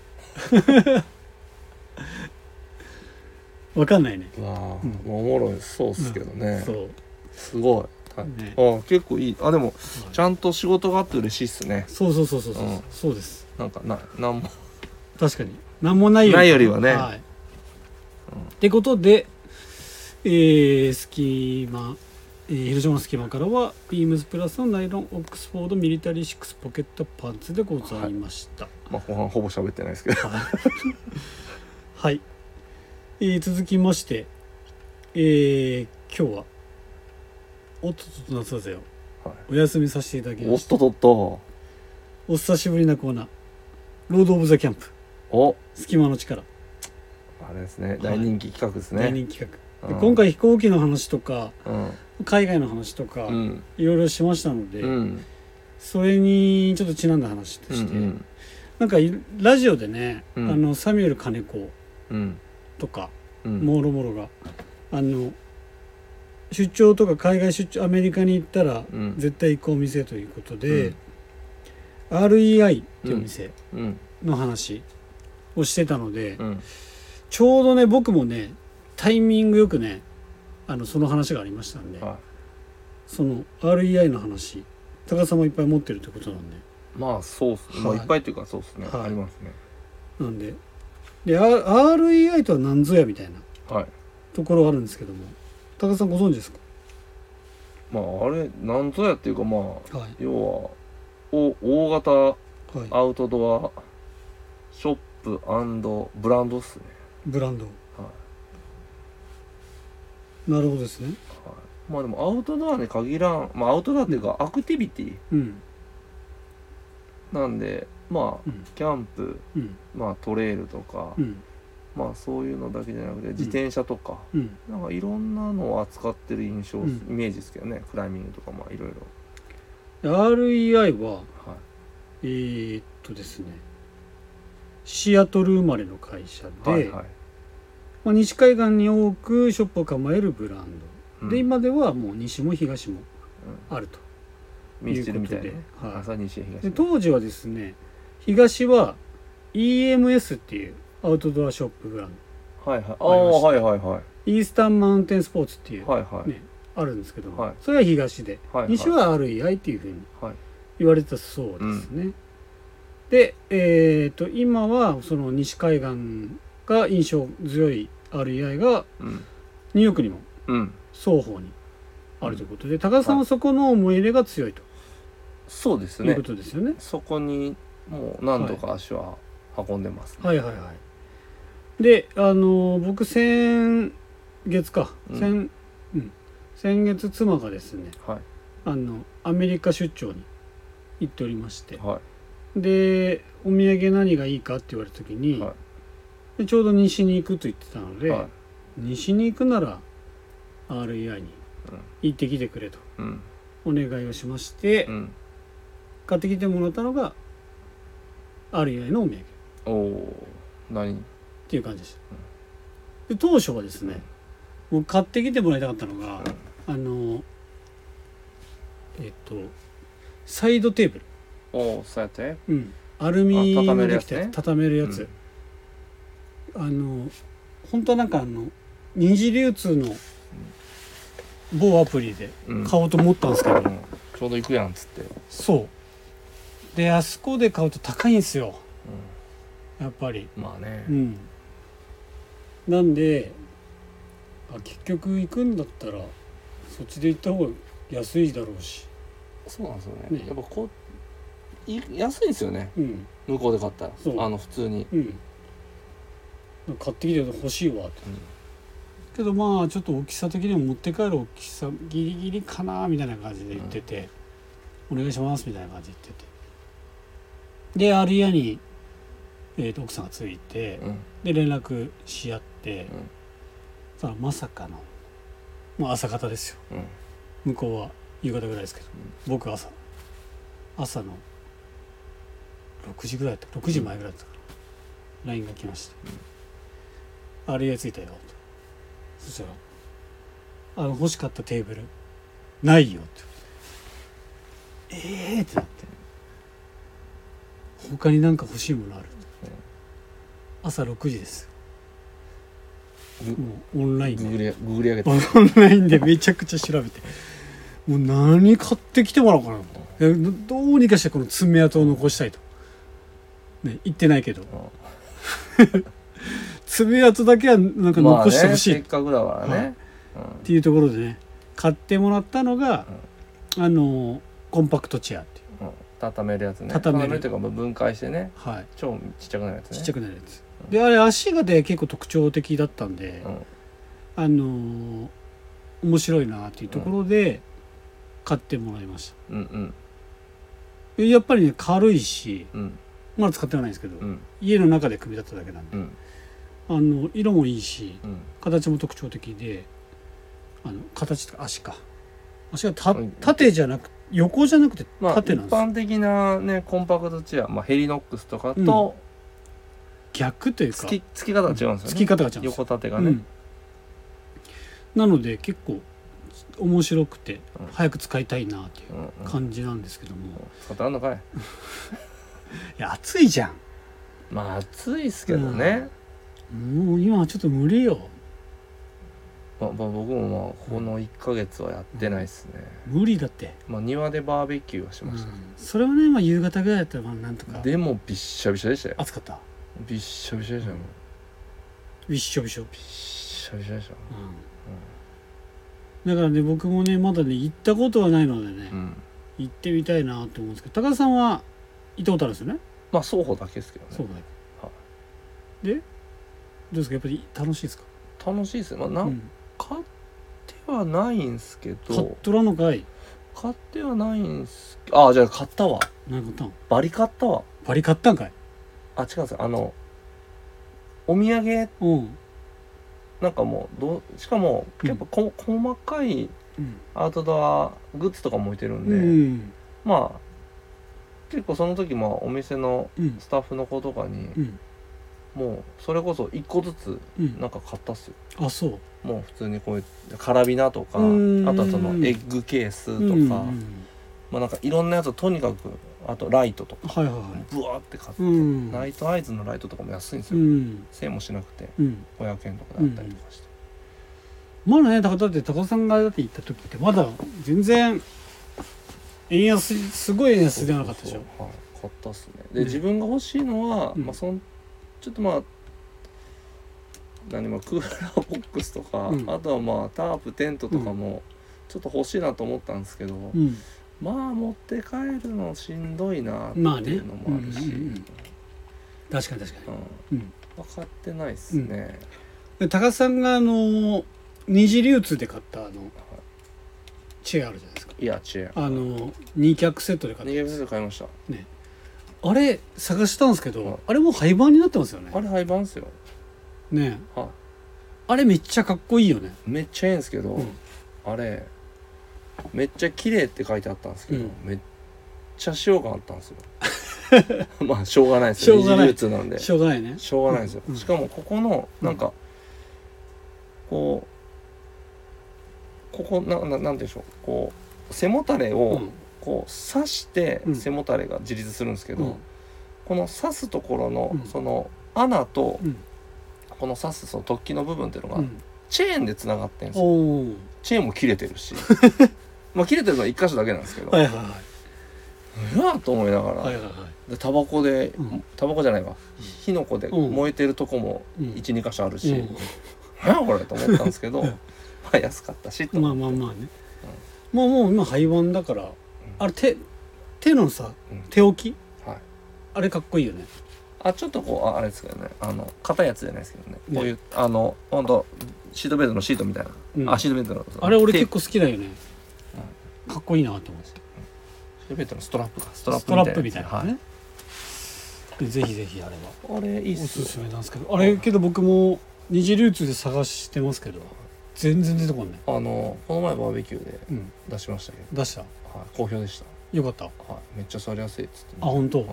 わかんないね。 わあ、うん、おもろいそうっすけどね、うん、 そうすごい、はいね、あ結構いい。あでも、はい、ちゃんと仕事があって嬉しいっすね。 そうそうそうそうそう、うん、そうです。 なんかななんも確かになんもないよりないよりはね、 はい、うん、ってことで、えー、隙間、えー、広島の隙間からはビームスプラスのナイロンオックスフォードミリタリーシックスポケットパンツでございました、はい、 まあ後半ほぼ喋ってないですけどはい、えー、続きまして、えー、今日はおっとっと夏だぜよ、はい、お休みさせていただきました。 おっとっとっとお久しぶりなコーナーロードオブザキャンプ、 お隙間の力、 あれですね、大人気企画ですね、 大人気企画で、うん、今回飛行機の話とか、うん、海外の話とか、うん、いろいろしましたので、うん、それにちょっとちなんだ話として、うんうん、なんかラジオでね、うん、あのサミュエル金子とか、うん、もろもろがあの出張とか海外出張アメリカに行ったら、うん、絶対行くお店ということで、うん、アールイーアイ っていうお店の話をしてたので、うん、ちょうどね僕もねタイミングよくねあのその話がありましたんで、はい、その アールイーアイ の話高田さんもいっぱい持ってるってことなんで、 まあそうっすね、はい、まあ、いっぱいっていうかそうっすね、はい、ありますね。 なんでで アールイーアイ とは何ぞやみたいな、はい、ところがあるんですけども、高田さんご存知ですか？ まああれ何ぞやっていうかまあ、はい、要はお大型アウトドアショップ&ブランドっすね。 ブランド、はい、なるほどですね、 はい、まあでもアウトドアに限らん、まあアウトドアっていうかアクティビティ、うん、なんでまあ、うん、キャンプ、うん、まあトレイルとか、うん、まあそういうのだけじゃなくて自転車とか、うん、なんかいろんなのを扱ってる印象、うん、イメージですけどね。クライミングとかまあいろいろ。アールイーアイ は、はい、えー、っとですねシアトル生まれの会社で、はいはい、まあ、西海岸に多くショップを構えるブランド、うん、で今ではもう西も東もあるということで、うん、ミスチルみたいなね、はい、朝西東で当時はですね東は イーエムエス っていうアウトドアショップブランド、 はいはい、ああはいはいはい、 イースタンマウンテンスポーツっていう、はいはい、ね、あるんですけども、はい、それは東で、はいはい、西は アールイーアイ っていうふうに言われてたそうですね、うん、で、えー、と今はその西海岸が印象強い アールイーアイ がニューヨークにも双方にあるということで、うん、高田さんはそこの思い入れが強いと、 そうですね、 いうことですよね。 そこにもう何度か足は運んでます、ね、 はい、はいはいはいであの僕先月か、うん先うん、先月妻がですね、はい、あのアメリカ出張に行っておりまして、はい、でお土産何がいいかって言われた時に、はい、でちょうど西に行くと言ってたので、はい、西に行くなら アールイーアイ に行ってきてくれとお願いをしまして、うん、買ってきてもらったのが アールイーアイ のお土産おお何っていう感じでした、うん、で当初はですね、もう買ってきてもらいたかったのが、うん、あのえっとサイドテーブル、 おおそうやって、 うん、アルミのできたやつ、畳めるやつ、うん、あの本当はなんかあの二次流通の某アプリで買おうと思ったんですけど、うんうん、 ちょうど行くやんっつって、 そうであそこで買うと高いんですよ、やっぱり。 まあね、 うん、なんであ結局行くんだったらそっちで行った方が安いだろうし。 そうなんですよね、 ねやっぱこうい安いんですよね、 うん、 向こうで買ったらそうあの普通に、 うん、買ってきて欲しいわって、 うんけどまあちょっと大きさ的には持って帰る大きさギリギリかなみたいな感じで言ってて、うん、お願いしますみたいな感じで言ってて、である家に、えー、と奥さんがついて、うん、で連絡し合って、うん、そしたらまさかの、まあ、朝方ですよ、うん、向こうは夕方ぐらいですけど、うん、僕は朝朝のろくじぐらいだったろくじまえぐらいだったから ライン が来ました、うん、あれ家着いたよと。そしたらあの欲しかったテーブルないよってええー、ってなって、他に何か欲しいものある、うん、朝ろくじですよ。もうオンラインでググり、ググり上げてオンラインでめちゃくちゃ調べてもう何買ってきてもらおうかなと、うん、どうにかしてこの爪痕を残したいと、ね、言ってないけど、うん、爪痕だけはなんか残してほしい、 まあね、せっかくだからね、はい、うん、 っていうところでね買ってもらったのが、うん、あのコンパクトチェアっていう、 うん、畳めるやつね。 畳めるというか分解してね、 はい、 超ちっちゃくなるやつね。 ちっちゃくなるやつ、うん、であれ足がで結構特徴的だったんで、うん、あのー、面白いなっていうところで買ってもらいました、うんうん、やっぱりね軽いし、うん、まだ使ってはないんですけど、うん、家の中で組み立てただけなんで、うん、あの色もいいし、うん、形も特徴的で、あの形とか足か足がた縦じゃなく横じゃなくて縦なんですよ、 まあ、一般的なねコンパクトチェア、まあ、ヘリノックスとかと、うん、 逆というか付き、付き方が違うんですよね、 付き方が違うんです、 横縦がね、うん、 なので結構面白くて、うん、早く使いたいなっていう感じなんですけども、うんうん、 使ってあんのかいいや暑いじゃん。 まあ暑いっすけどね、 うん、もう今はちょっと無理よ。 まあ、まあ、僕もまあこのいっかげつはやってないっすね、 うん、無理だって。 まあ庭でバーベキューはしました、うん、 それはね、まあ、夕方ぐらいだったらまあなんとか。 でもびっしゃびしゃでしたよ。 暑かった。 びっしゃびしゃでしたよ、うん、 びっしょびしょびっしゃびしゃでした、うんうん、だからね僕もねまだね行ったことはないのでね、うん、行ってみたいなと思うんですけど、高田さんは行ったことあるんですよね。 まあ双方だけですけどね。 そうだよ、はい、でどうですか、やっぱり楽しいですか。 楽しいですね。まあなん、うん、買ってはないんすけど。 買っとらんのかい。 買ってはないんすけど、ああじゃあ買ったわ。 何買ったん。 バリ買ったわ。 バリ買ったんかい。 あ違うんですよ、あのお土産、うん、なんかもうどしかも結構こ、うん、細かいアウトドアグッズとかも置いてるんで、うん、まあ結構その時もお店のスタッフの子とかに、うん、もうそれこそいっこずつなんか買ったっすよ、 うん、あそうもう普通にこういうカラビナとか、あとはそのエッグケースとか、まあなんかいろんなやつをとにかく、あとライトとか、はいはいはい、ブワーって買って、うん、ナイトアイズのライトとかも安いんですよ、うん、せいもしなくてごひゃくえんとかであったりとかして、 うん、まだね、だって高田さんがだって行った時ってまだ全然円安、すごい円安ではなかったでしょ。そうそうそう、はい、買ったっすね。で、ね、自分が欲しいのは、うん、まあそんちょっとまあ何もクーラーボックスとか、うん、あとはまあタープテントとかもちょっと欲しいなと思ったんですけど、うん、まあ持って帰るのしんどいなっていうのもあるし、まあね、うんうんうん、確かに確かに、うん、分かってないっすね、うん、で高田さんがあの二次流通で買ったあの、はい、チェアあるじゃないですか。 いやチェアあのに脚セットで買ったに脚セット買いましたね。あれ探したんですけど、はい、あれもう廃盤になってますよね。 あれ廃盤っすよねえ、はい、あれめっちゃかっこいいよね。 めっちゃいいんですけど、うん、あれめっちゃ綺麗って書いてあったんですけど、うん、めっちゃ塩があったんですよまあしょうがないですよ、二次流通なんでしょうがないね、 しょうがないですよ、うん、しかもここのなんか、うん、こうここ な, な, なんて言うんでしょう、こう背もたれをこう刺して背もたれが自立するんですけど、うん、この刺すところのその穴と、うん、この刺すその突起の部分っていうのがチェーンでつながってるんですよ、うん、チェーンも切れてるしまあ切れてるのはいっ箇所だけなんですけど、はいはいはい、 うわーと思いながら、 はいはいはい、 でタバコで、 うん、 タバコじゃないわ、火の粉で燃えてるとこもいち、に箇所あるし、何、うん、これと思ったんですけどまあ安かったしと思って、 まあまあまあね、うん、もうもう今廃盤だから、うん、あれ手手のさ、うん、手置き、はい、あれかっこいいよね。 あ、ちょっとこう あ, あれですけどね、あの硬いやつじゃないですけどね、ね、こういうあのほんとシートベルトのシートみたいな、うん、あシートベルトのあれ俺結構好きだよね、うん、かっこいいなと思って、シートベルトのストラップかストラップみたいな、はい、ね、ぜひぜひあれはあれいいっすおすすめなんですけど、あれけど僕も二次流通で探してますけど全然出てこんね。 あのこの前バーベキューで出しましたけど、 うん、出した、はい、 好評でした。 よかった、はい、 めっちゃ触りやすいっつって、ね、 あ本当、はい、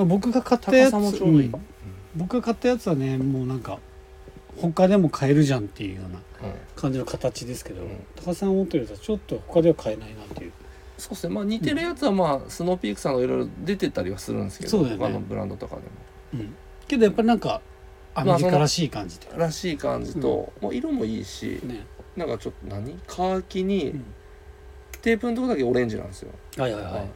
僕が買ったやつ高さもちょうどいい、うん、 僕が買ったやつはねもうなんか他でも買えるじゃんっていうような感じの形ですけど、うん、高さんが持ってるやつはちょっと他では買えないなっていう。 そうですね、まあ似てるやつはまあスノーピークさんがいろいろ出てたりはするんですけど、 そうだよね、 他のブランドとかでも、 うん、けどやっぱりなんかアメリカらしい感じで、 まあ、らしい感じと、うん、もう色もいいし、ね、なんかちょっと何カーキに、うん、テープのとこだけオレンジなんですよ。 はいはいはい、はい、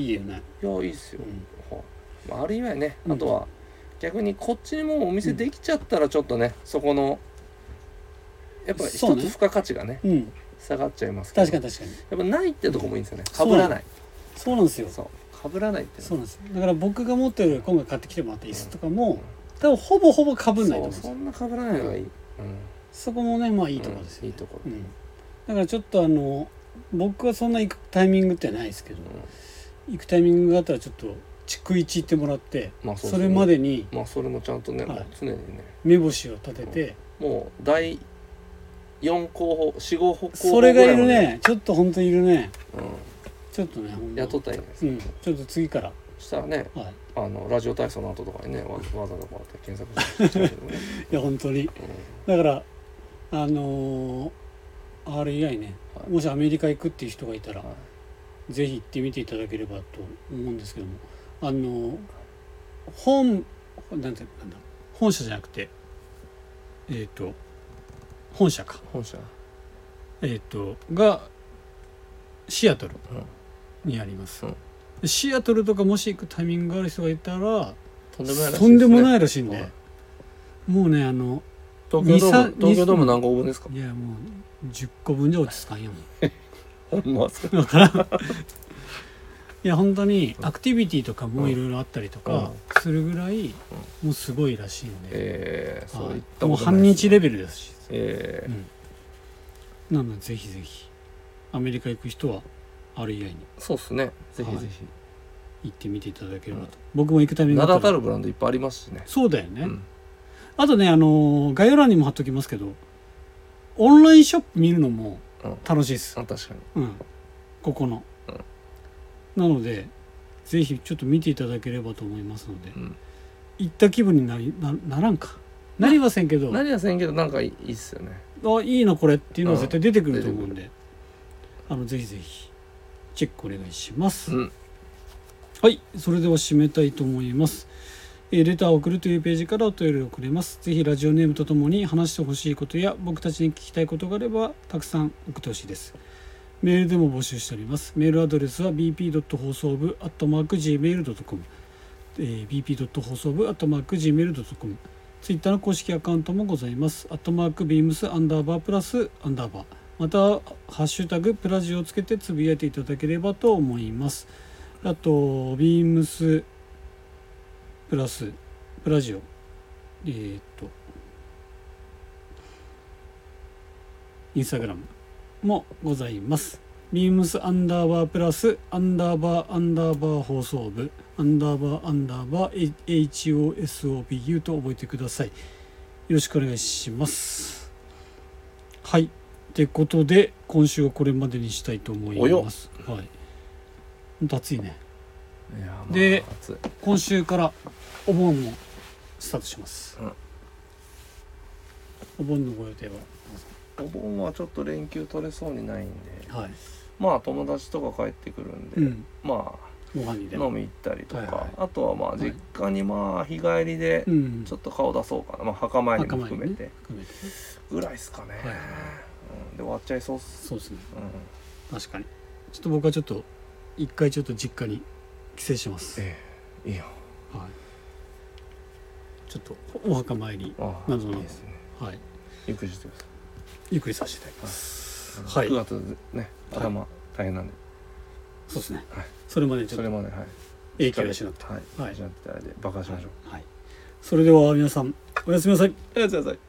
いいよね。 いやいいっすよ、うん、はい、まあ、ある意味ね、あとは逆にこっちにもうお店できちゃったらちょっとね、うん、そこのやっぱ一つ付加価値がね、うん、下がっちゃいますけど、 確かに確かにやっぱないってとこもいいんですよね、被らない。 そうなんですよ。 そう被らないってそうなんですよ。だから僕が持ってる今回買ってきてもらった椅子とかも、うん、多分ほぼほぼ被んないと思うんですよ。 そんな被らないのがいい、うん、 そこもねまあいいところですよね、 うん、いいところ、 うん、だからちょっとあの僕はそんな行くタイミングってないですけど、うん、行くタイミングがあったらちょっと逐一行ってもらって、まあ そ, う そ, ね、それまでにまあそれもちゃんとね、はい、常にね目星を立てて、 うん、もう第よん候補よん、ご候補それがいるね、ちょっと本当にいるね、うん、ちょっとね雇ったらいいんですか、うん、 ちょっと次からしたらね、はい、あのラジオ体操の後とかにねわざわざこうやって検索して、ね、 いや本当に、うん、だからあのー、アールイーアイ ね、はい、もしアメリカ行くっていう人がいたら、はい、ぜひ行ってみていただければと思うんですけども、あのー、本なんてなんだ本社じゃなくてえっ、ー、と本社か本社えっ、ー、とがシアトルにあります、うんうん、シアトルとかもし行くタイミングがある人がいたらとんでもないらしいですね。 とんでもないらしいんで、はい、もうねあの東京ドーム東京ドーム何個分ですか。 いやもうじゅっこぶんじゃ落ち着かんよほんまっすか。 だからいや本当にアクティビティとかもいろいろあったりとかするぐらいもうすごいらしいんで、 えー、そういったこともう半日レベルですし、 えーうん、なのでぜひぜひアメリカ行く人は アールイーアイ にそうっすねぜひぜひ、はい、 行ってみていただければと、うん、僕も行くために名だたるブランドいっぱいありますしね。 そうだよね、うん、あとねあの概要欄にも貼っときますけどオンラインショップ見るのも楽しいです、 うん、確かに、うん、ここの、うん、なのでぜひちょっと見ていただければと思いますので、うん、行った気分になり な, ならんかなりませんけどなりませんけどなんかいいっすよね。 あいいなこれっていうのは絶対出てくると思うんで、うん、あのぜひぜひチェックお願いします、うん、はいそれでは締めたいと思います。えー、レターを送るというページからお便りを送れます。ぜひラジオネームとともに話してほしいことや僕たちに聞きたいことがあればたくさん送ってほしいです。メールでも募集しております。メールアドレスは ビーピー 放送部 アットマーク ジーメール ドットコム、えー、ビーピー 放送部 アットマーク ジーメール ドットコム、ツイッターの公式アカウントもございます。アットマークビームスアンダーバープラスアンダーバー、またハッシュタグプラジをつけてつぶやいていただければと思います。あとビームスプラスプラジオえー、っとインスタグラムもございます。ビームスアンダーバープラスアンダーバーアンダーバー放送部アンダーバーアンダーバー エイチオーエスオービーユー と覚えてください。よろしくお願いします。はいってことで今週はこれまでにしたいと思います。はい。本当暑いね。 いやまあで暑い。 今週からお盆もスタートします。うん、お盆のご予定はお盆はちょっと連休取れそうにないんで、はい、まあ友達とか帰ってくるんで、うん、まあご飯にで飲み行ったりとか、はいはい、あとはまあ実家にまあ日帰りでちょっと顔出そうかな、まあ、墓参りも含めて、ね、含めてぐらいですかね、はいはい、うん、で終わっちゃいそうっす。 そうですね、うん、確かにちょっと僕はちょっと一回ちょっと実家に帰省します。 ええいいよ。 はい、ちょっとお墓参りなどなど、いいですね、はい、 ゆっくりしてください。 ゆっくりさせていただきます。 はい、くがつね頭、はい、大変なんで。 そうですね、 はい、 それまでちょっとそれまで、はい、 影響を失って、 はい、はい、失っていただいて爆破しましょう。 はい、はい、それでは皆さんおやすみなさい。 おやすみなさい。